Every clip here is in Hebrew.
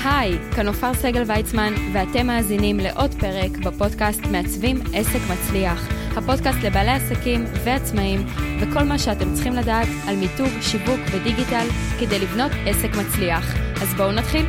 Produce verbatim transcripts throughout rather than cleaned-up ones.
היי, כאן אופר סגל ויצמן, ואתם מאזינים לעוד פרק בפודקאסט מעצבים עסק מצליח. הפודקאסט לבעלי עסקים ועצמאים, וכל מה שאתם צריכים לדעת על מיתוג, שיווק ודיגיטל כדי לבנות עסק מצליח. אז בואו נתחיל.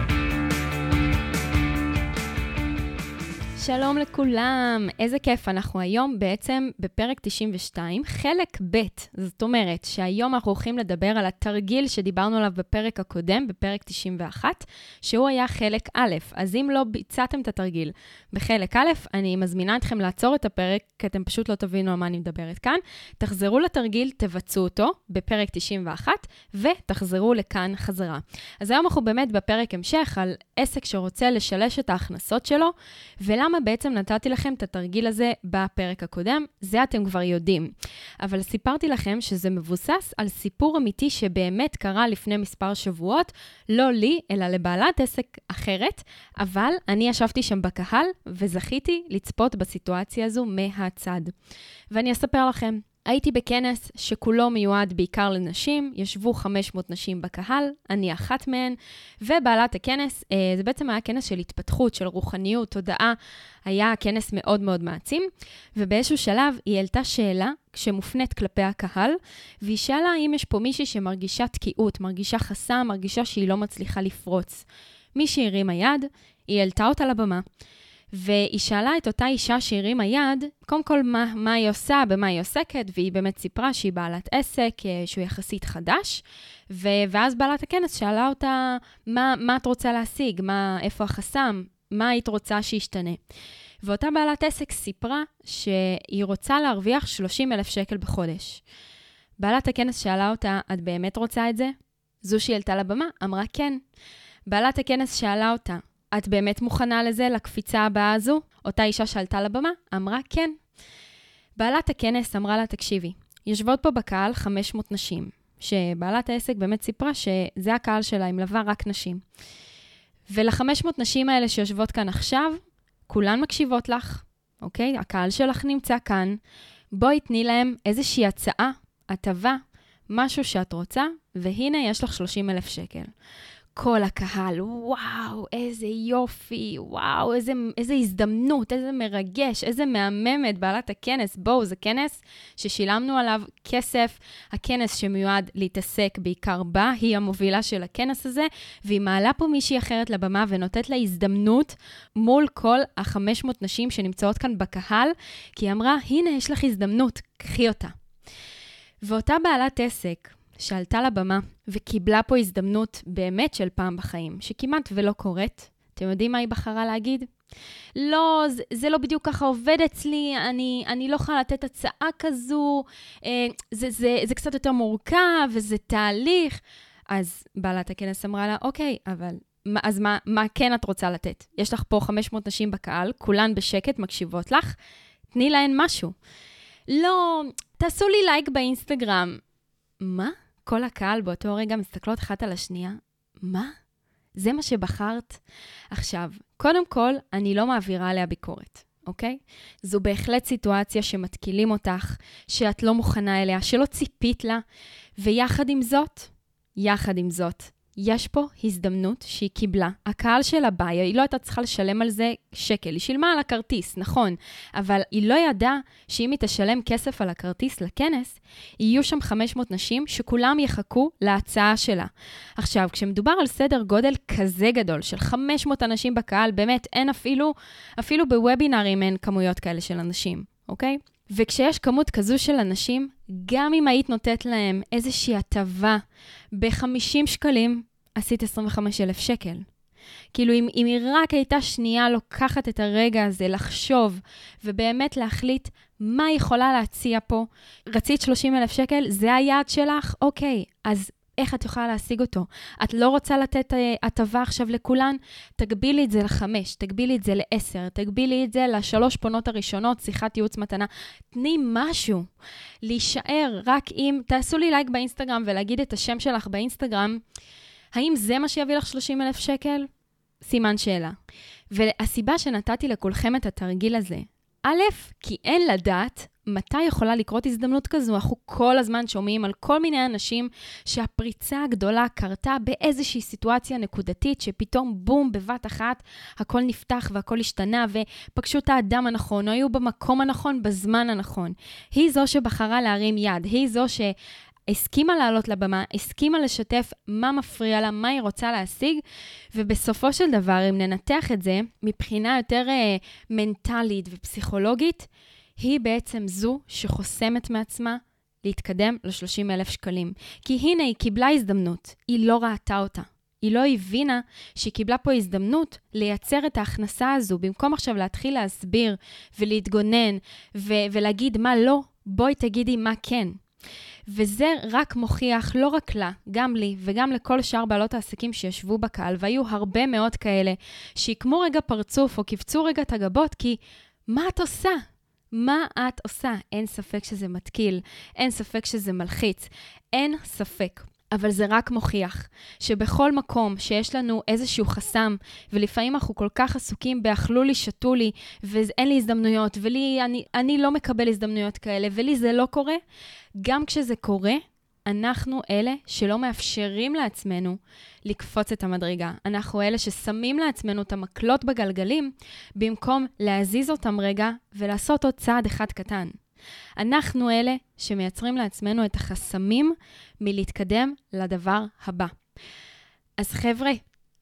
שלום לכולם, איזה כיף, אנחנו היום בעצם בפרק תשעים ושתיים, חלק ב', זאת אומרת שהיום אנחנו הולכים לדבר על התרגיל שדיברנו עליו בפרק הקודם, בפרק תשעים ואחת, שהוא היה חלק א', אז אם לא ביצעתם את התרגיל בחלק א', אני מזמינה אתכם לעצור את הפרק, כי אתם פשוט לא תבינו על מה אני מדברת כאן, תחזרו לתרגיל, תבצעו אותו בפרק תשעים ואחת, ותחזרו לכאן חזרה. אז היום אנחנו באמת בפרק המשך על עסק שרוצה לשלש את ההכנסות שלו, ולמה בעצם נתתי לכם את התרגיל הזה בפרק הקודם, זה אתם כבר יודעים. אבל סיפרתי לכם שזה מבוסס על סיפור אמיתי שבאמת קרה לפני מספר שבועות, לא לי, אלא לבעלת עסק אחרת, אבל אני ישבתי שם בקהל וזכיתי לצפות בסיטואציה הזו מהצד. ואני אספר לכם. הייתי בכנס שכולו מיועד בעיקר לנשים, ישבו חמש מאות נשים בקהל, אני אחת מהן, ובעלת הכנס, זה בעצם היה כנס של התפתחות, של רוחניות, תודעה, היה כנס מאוד מאוד מעצים, ובאיזשהו שלב היא העלתה שאלה שמופנית כלפי הקהל, והיא שאלה אם יש פה מישהי שמרגישה תקיעות, מרגישה חסם, מרגישה שהיא לא מצליחה לפרוץ. מישהי הרימה יד, היא העלתה אותה לבמה, והיא שאלה את אותה אישה שהרימה יד, קודם כל מה, מה היא עושה, במה היא עוסקת, והיא באמת סיפרה שהיא בעלת עסק, שהוא יחסית חדש, ו- ואז בעלת הכנס שאלה אותה, מה, מה את רוצה להשיג, מה, איפה החסם, מה היית רוצה שישתנה. ואותה בעלת עסק סיפרה שהיא רוצה להרוויח שלושים אלף שקל בחודש. בעלת הכנס שאלה אותה, את באמת רוצה את זה? זו שהיא העלתה לבמה, אמרה כן. בעלת הכנס שאלה אותה, את באמת מוכנה לזה, לקפיצה הבאה הזו? אותה אישה שעלתה לבמה, אמרה כן. בעלת הכנס אמרה לה, תקשיבי, יושבות פה בקהל חמש מאות נשים, שבעלת העסק באמת סיפרה שזה הקהל שלה, היא מלווה רק נשים. ול-חמש מאות נשים האלה שיושבות כאן עכשיו, כולן מקשיבות לך, אוקיי? הקהל שלך נמצא כאן, בואי תני להם איזושהי הצעה, הטבה, משהו שאת רוצה, והנה יש לך שלושים אלף שקל. כל הקהל, וואו, איזה יופי, וואו, איזה, איזה הזדמנות, איזה מרגש, איזה מהממת בעלת הכנס. בואו, זה כנס ששילמנו עליו כסף, הכנס שמיועד להתעסק בעיקר בה, היא המובילה של הכנס הזה, והיא מעלה פה מישהי אחרת לבמה ונותנת לה הזדמנות מול כל ה-חמש מאות נשים שנמצאות כאן בקהל, כי היא אמרה, הנה יש לך הזדמנות, קחי אותה. ואותה בעלת עסק, שעלתה לבמה וקיבלה פה הזדמנות באמת של פעם בחיים, שכמעט ולא קורית. אתם יודעים מה היא בחרה להגיד? לא, זה, זה לא בדיוק ככה עובד אצלי, אני, אני לא יכולה לתת הצעה כזו, אה, זה, זה, זה קצת יותר מורכב וזה תהליך. אז בעלת הכנס אמרה לה, אוקיי, אבל אז מה, מה כן את רוצה לתת? יש לך פה חמש מאות נשים בקהל, כולן בשקט מקשיבות לך, תני להן משהו. לא, תעשו לי לייק באינסטגרם. מה? כל הקהל באותו רגע מסתכלות אחת על השנייה. מה? זה מה שבחרת? עכשיו, קודם כל, אני לא מעבירה עליה ביקורת, אוקיי? זו בהחלט סיטואציה שמתקילים אותך, שאת לא מוכנה אליה, שלא ציפית לה, ויחד עם זאת, יחד עם זאת, יש פה הזדמנות שהיא קיבלה. הקהל שלה בא, היא לא הייתה צריכה לשלם על זה שקל. היא שילמה על הכרטיס, נכון, אבל היא לא ידעה שאם היא תשלם כסף על הכרטיס לכנס, יהיו שם חמש מאות נשים שכולם יחכו להצעה שלה. עכשיו, כשמדובר על סדר גודל כזה גדול של חמש מאות אנשים בקהל, באמת אין אפילו, אפילו בוובינרים אין כמויות כאלה של אנשים, אוקיי? וכשיש כמות כזו של אנשים, גם אם היית נותנת להם איזושהי הטבה ב-חמישים שקלים, עשית עשרים וחמישה אלף שקל. כאילו אם, אם היא רק הייתה שנייה לוקחת את הרגע הזה, לחשוב ובאמת להחליט מה היא יכולה להציע פה, רצית שלושים אלף שקל, זה היעד שלך? אוקיי, אז איך את יכולה להשיג אותו? את לא רוצה לתת הטבה עכשיו לכולן? תגבילי את זה לחמש, תגבילי את זה לעשר, תגבילי את זה לשלוש פונות הראשונות, שיחת ייעוץ מתנה. תני משהו. להישאר רק אם, תעשו לי לייק באינסטגרם ולהגיד את השם שלך באינסטגרם, האם זה מה שיביא לך שלושים אלף שקל? סימן שאלה. והסיבה שנתתי לכולכם את התרגיל הזה, א', כי אין לדעת מתי יכולה לקרות הזדמנות כזו? אנחנו כל הזמן שומעים על כל מיני אנשים שהפריצה הגדולה קרתה באיזושהי סיטואציה נקודתית, שפתאום בום, בבת אחת, הכל נפתח והכל השתנה, ופגשו את האדם הנכון, או היו במקום הנכון, בזמן הנכון. היא זו שבחרה להרים יד, היא זו ש... הסכימה לעלות לבמה, הסכימה לשתף מה מפריע לה, מה היא רוצה להשיג, ובסופו של דבר, אם ננתח את זה, מבחינה יותר אה, מנטלית ופסיכולוגית, היא בעצם זו שחוסמת מעצמה להתקדם ל-שלושים אלף שקלים. כי הנה היא קיבלה הזדמנות, היא לא ראתה אותה. היא לא הבינה שהיא קיבלה פה הזדמנות לייצר את ההכנסה הזו, במקום עכשיו להתחיל להסביר ולהתגונן ו- ולהגיד מה לא, בואי תגידי מה כן. וזה רק מוכיח, לא רק לה, גם לי וגם לכל שאר בעלות העסקים שישבו בקהל, והיו הרבה מאוד כאלה שיקמו רגע פרצוף או קפצו רגע את הגבות, כי מה את עושה? מה את עושה? אין ספק שזה מתקיל, אין ספק שזה מלחיץ, אין ספק. אבל זה רק מוכיח שבכל מקום שיש לנו איזשהו חסם, ולפעמים אנחנו כל כך עסוקים באכלו לי, שתו לי, ואין לי הזדמנויות, ולי, אני, אני לא מקבל הזדמנויות כאלה, ולי זה לא קורה, גם כשזה קורה, אנחנו אלה שלא מאפשרים לעצמנו לקפוץ את המדרגה. אנחנו אלה ששמים לעצמנו את המקלות בגלגלים, במקום להזיז אותם רגע ולעשות עוד צעד אחד קטן. אנחנו אלה שמייצרים לעצמנו את החסמים מלהתקדם לדבר הבא. אז חבר'ה,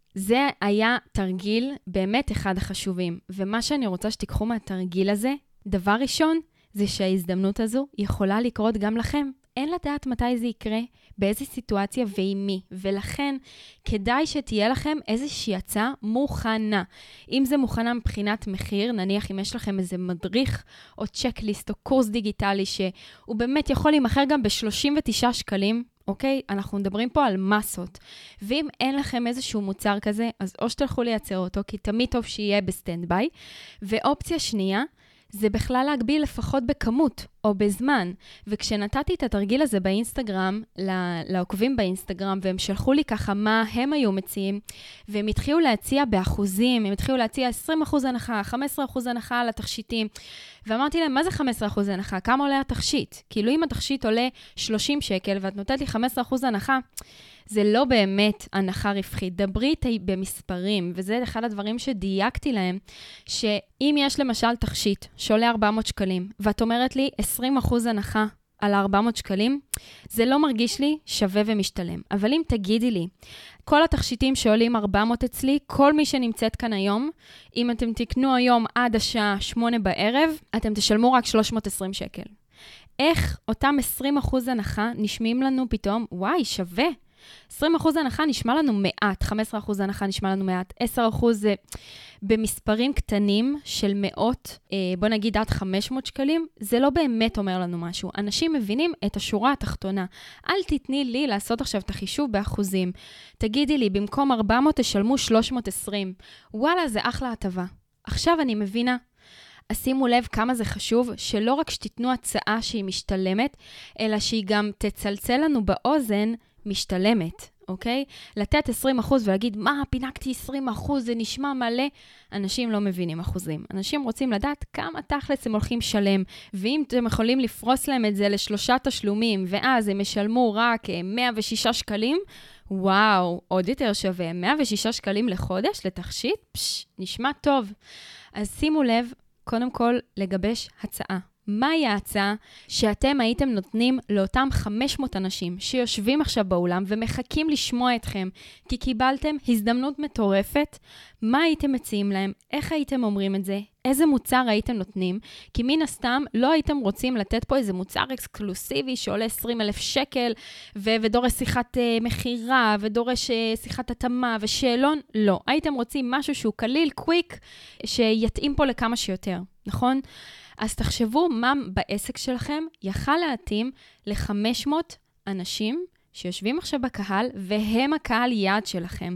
זה היה תרגיל באמת אחד החשובים. ומה שאני רוצה שתיקחו מהתרגיל הזה, דבר ראשון, זה שההזדמנות הזו יכולה לקרות גם לכם. אין לדעת מתי זה יקרה, באיזו סיטואציה ועם מי. ולכן, כדאי שתהיה לכם איזושהי הצעה מוכנה. אם זה מוכנה מבחינת מחיר, נניח אם יש לכם איזה מדריך או צ'קליסט או קורס דיגיטלי, שהוא באמת יכול להימחר גם ב-שלושים ותשעה שקלים, אוקיי? אנחנו מדברים פה על מסות. ואם אין לכם איזשהו מוצר כזה, אז או שתלכו לייצר אותו, כי תמיד טוב שיהיה בסטנד ביי. ואופציה שנייה, זה בכלל להגביל לפחות בכמות או בזמן. וכשנתתי את התרגיל הזה באינסטגרם, לעוקבים באינסטגרם, והם שלחו לי ככה מה הם היו מציעים, והם התחילו להציע באחוזים, הם התחילו להציע עשרים אחוז הנחה, חמישה עשר אחוז הנחה על התכשיטים. ואמרתי להם, מה זה חמישה עשר אחוז הנחה? כמה עולה התכשיט? כאילו אם התכשיט עולה שלושים שקל, ואת נותנת לי חמישה עשר אחוז הנחה, זה לא באמת הנחה רווחית. דברי איתי במספרים, וזה אחד הדברים שדייקתי להם, שאם יש למשל תכשיט שעולה ארבע מאות שקלים, ואת אומרת לי עשרים אחוז הנחה על ארבע מאות שקלים, זה לא מרגיש לי שווה ומשתלם. אבל אם תגידי לי, כל התכשיטים שעולים ארבע מאות אצלי, כל מי שנמצאת כאן היום, אם אתם תקנו היום עד השעה שמונה בערב, אתם תשלמו רק שלוש מאות ועשרים שקל. איך אותם עשרים אחוז הנחה נשמעים לנו פתאום, וואי, שווה. עשרים אחוז הנחה נשמע לנו מעט, חמישה עשר אחוז הנחה נשמע לנו מעט, עשרה אחוז זה במספרים קטנים של מאות, בוא נגיד עד חמש מאות שקלים, זה לא באמת אומר לנו משהו. אנשים מבינים את השורה התחתונה. אל תתני לי לעשות עכשיו את החישוב באחוזים. תגידי לי, במקום ארבע מאות תשלמו שלוש מאות ועשרים. וואלה, זה אחלה הטבה. עכשיו אני מבינה. אז שימו לב כמה זה חשוב, שלא רק שתיתנו הצעה שהיא משתלמת, אלא שהיא גם תצלצל לנו באוזן משתלמת, אוקיי? לתת עשרים אחוז ולהגיד, מה, פינקתי עשרים אחוז, זה נשמע מלא. אנשים לא מבינים אחוזים. אנשים רוצים לדעת כמה תכלס הם הולכים שלם, ואם אתם יכולים לפרוס להם את זה לשלושה תשלומים, ואז הם ישלמו רק מאה ושישה שקלים, וואו, עוד יותר שווה. מאה ושישה שקלים לחודש לתכשיט? פש, נשמע טוב. אז שימו לב, קודם כל, לגבש הצעה. מהי ההצעה שאתם הייתם נותנים לאותם חמש מאות אנשים שיושבים עכשיו באולם ומחכים לשמוע אתכם, כי קיבלתם הזדמנות מטורפת? מה הייתם מציעים להם? איך הייתם אומרים את זה? איזה מוצר הייתם נותנים? כי מן הסתם לא הייתם רוצים לתת פה איזה מוצר אקסקלוסיבי שעולה עשרים אלף שקל ו- ודורש שיחת uh, מחירה ודורש uh, שיחת התאמה ושאלון. לא. הייתם רוצים משהו שהוא קליל, קוויק, שיתאים פה לכמה שיותר, נכון? אז תחשבו מה בעסק שלכם יכל להתאים ל-חמש מאות אנשים שיושבים עכשיו בקהל, והם הקהל יעד שלכם.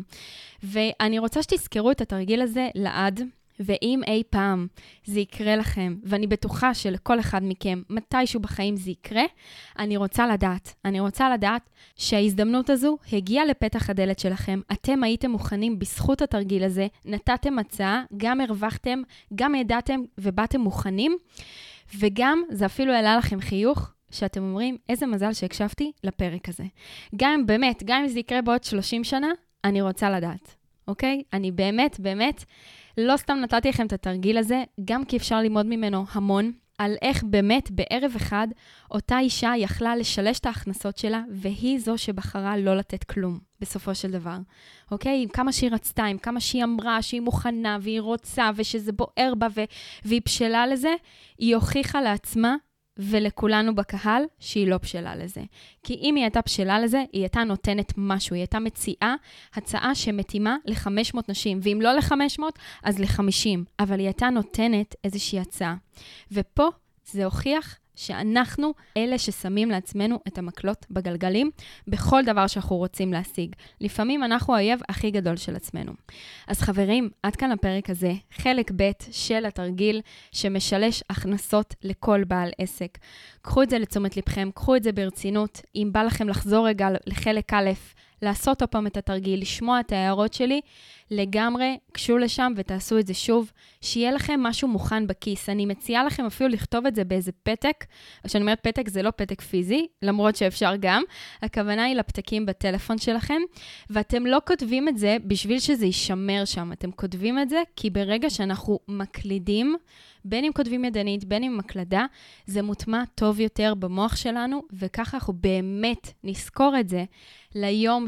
ואני רוצה שתזכרו את התרגיל הזה לעד, ואם אי פעם זה יקרה לכם, ואני בטוחה שלכל אחד מכם מתישהו בחיים זה יקרה, אני רוצה לדעת, אני רוצה לדעת שההזדמנות הזו הגיעה לפתח הדלת שלכם, אתם הייתם מוכנים בזכות התרגיל הזה, נתתם הצעה, גם הרווחתם, גם ידעתם ובאתם מוכנים, וגם זה אפילו העלה לכם חיוך, שאתם אומרים, איזה מזל שהקשבתי לפרק הזה. גם באמת, גם אם זה יקרה בעוד שלושים שנה, אני רוצה לדעת, אוקיי? אני באמת, באמת, לא סתם נתתי לכם את התרגיל הזה, גם כי אפשר ללמוד ממנו המון, על איך באמת בערב אחד, אותה אישה יכלה לשלש את ההכנסות שלה, והיא זו שבחרה לא לתת כלום, בסופו של דבר. אוקיי? עם כמה שהיא רצתה, עם כמה שהיא אמרה שהיא מוכנה, והיא רוצה, ושזה בוער בה, ו- והיא בשלה לזה, היא הוכיחה לעצמה, ולכולנו בקהל, שהיא לא בשלה לזה. כי אם היא הייתה בשלה לזה, היא הייתה נותנת משהו, היא הייתה מציעה הצעה שמתאימה ל-חמש מאות נשים, ואם לא ל-חמש מאות, אז ל-חמישים, אבל היא הייתה נותנת איזושהי הצעה. ופה זה הוכיח שאנחנו אלה ששמים לעצמנו את המקלות בגלגלים, בכל דבר שאנחנו רוצים להשיג. לפעמים אנחנו האויב הכי גדול של עצמנו. אז חברים, עד כאן הפרק הזה, חלק ב' של התרגיל שמשלש הכנסות לכל בעל עסק. קחו את זה לתשומת לבכם, קחו את זה ברצינות. אם בא לכם לחזור רגע לחלק א', לעשות עוד פעם את התרגיל, לשמוע את ההערות שלי, לגמרי, קשו לשם ותעשו את זה שוב, שיהיה לכם משהו מוכן בכיס. אני מציעה לכם אפילו לכתוב את זה באיזה פתק, כשאני אומרת פתק זה לא פתק פיזי, למרות שאפשר גם, הכוונה היא לפתקים בטלפון שלכם, ואתם לא כותבים את זה בשביל שזה יישמר שם, אתם כותבים את זה כי ברגע שאנחנו מקלידים, בין אם כותבים ידנית, בין אם מקלדה, זה מוטמע טוב יותר במוח שלנו, וככה אנחנו באמת נזכור את זה ליום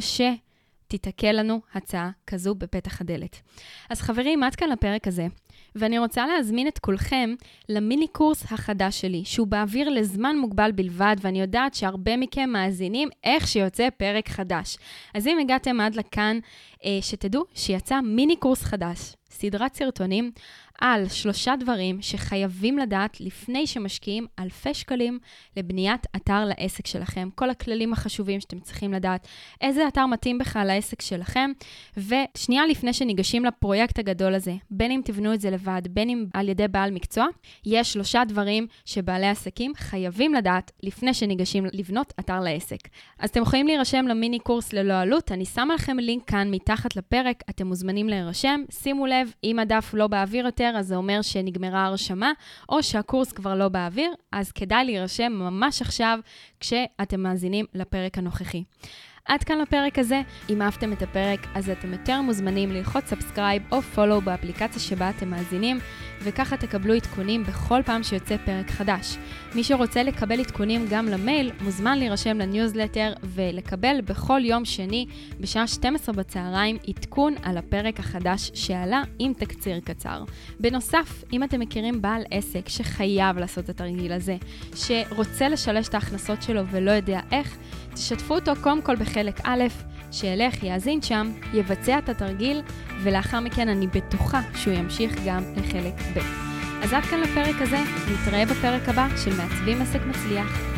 שתתקל לנו הצעה כזו בפתח הדלת. אז חברים, עד כאן לפרק הזה, ואני רוצה להזמין את כולכם למיני קורס החדש שלי, שהוא באוויר לזמן מוגבל בלבד, ואני יודעת שהרבה מכם מאזינים איך שיוצא פרק חדש. אז אם הגעתם עד לכאן, שתדעו שיצא מיני קורס חדש, סדרת סרטונים, על שלושה דברים שחייבים לדעת לפני שמשקיעים אלפי שקלים לבניית אתר לעסק שלכם. כל הכללים החשובים שאתם צריכים לדעת, איזה אתר מתאים בכלל לעסק שלכם, ושנייה לפני שניגשים לפרויקט הגדול הזה, בין אם תבנו את זה לבד, בין אם על ידי בעל מקצוע, יש שלושה דברים שבעלי עסקים חייבים לדעת לפני שניגשים לבנות אתר לעסק. אז אתם יכולים להירשם למיני קורס ללא עלות, אני שמה לכם לינק כאן מתחת לפרק, אתם מוזמנים להירשם, שימו לב, אם הדף לא באוויר יותר, אז זה אומר שנגמרה הרשמה, או שהקורס כבר לא באוויר, אז כדאי להירשם ממש עכשיו, כשאתם מאזינים לפרק הנוכחי. עד כאן לפרק הזה, אם אהבתם את הפרק, אז אתם יותר מוזמנים ללחוץ סאבסקרייב או פולו באפליקציה שבה אתם מאזינים, וככה תקבלו עדכונים בכל פעם שיוצא פרק חדש. מי שרוצה לקבל עדכונים גם למייל, מוזמן להירשם לניוזלטר ולקבל בכל יום שני בשעה שתים עשרה בצהריים עדכון על הפרק החדש שעלה עם תקציר קצר. בנוסף, אם אתם מכירים בעל עסק שחייב לעשות את התרגיל הזה, שרוצה לשלש את ההכנסות שלו ולא יודע איך, תשתפו אותו קודם כל בחלק א', שילך, יאזין שם, יבצע את התרגיל, ולאחר מכן אני בטוחה שהוא ימשיך גם לחלק ב'. אז עד כאן לפרק הזה, נתראה בפרק הבא של מעצבים עסק מצליח.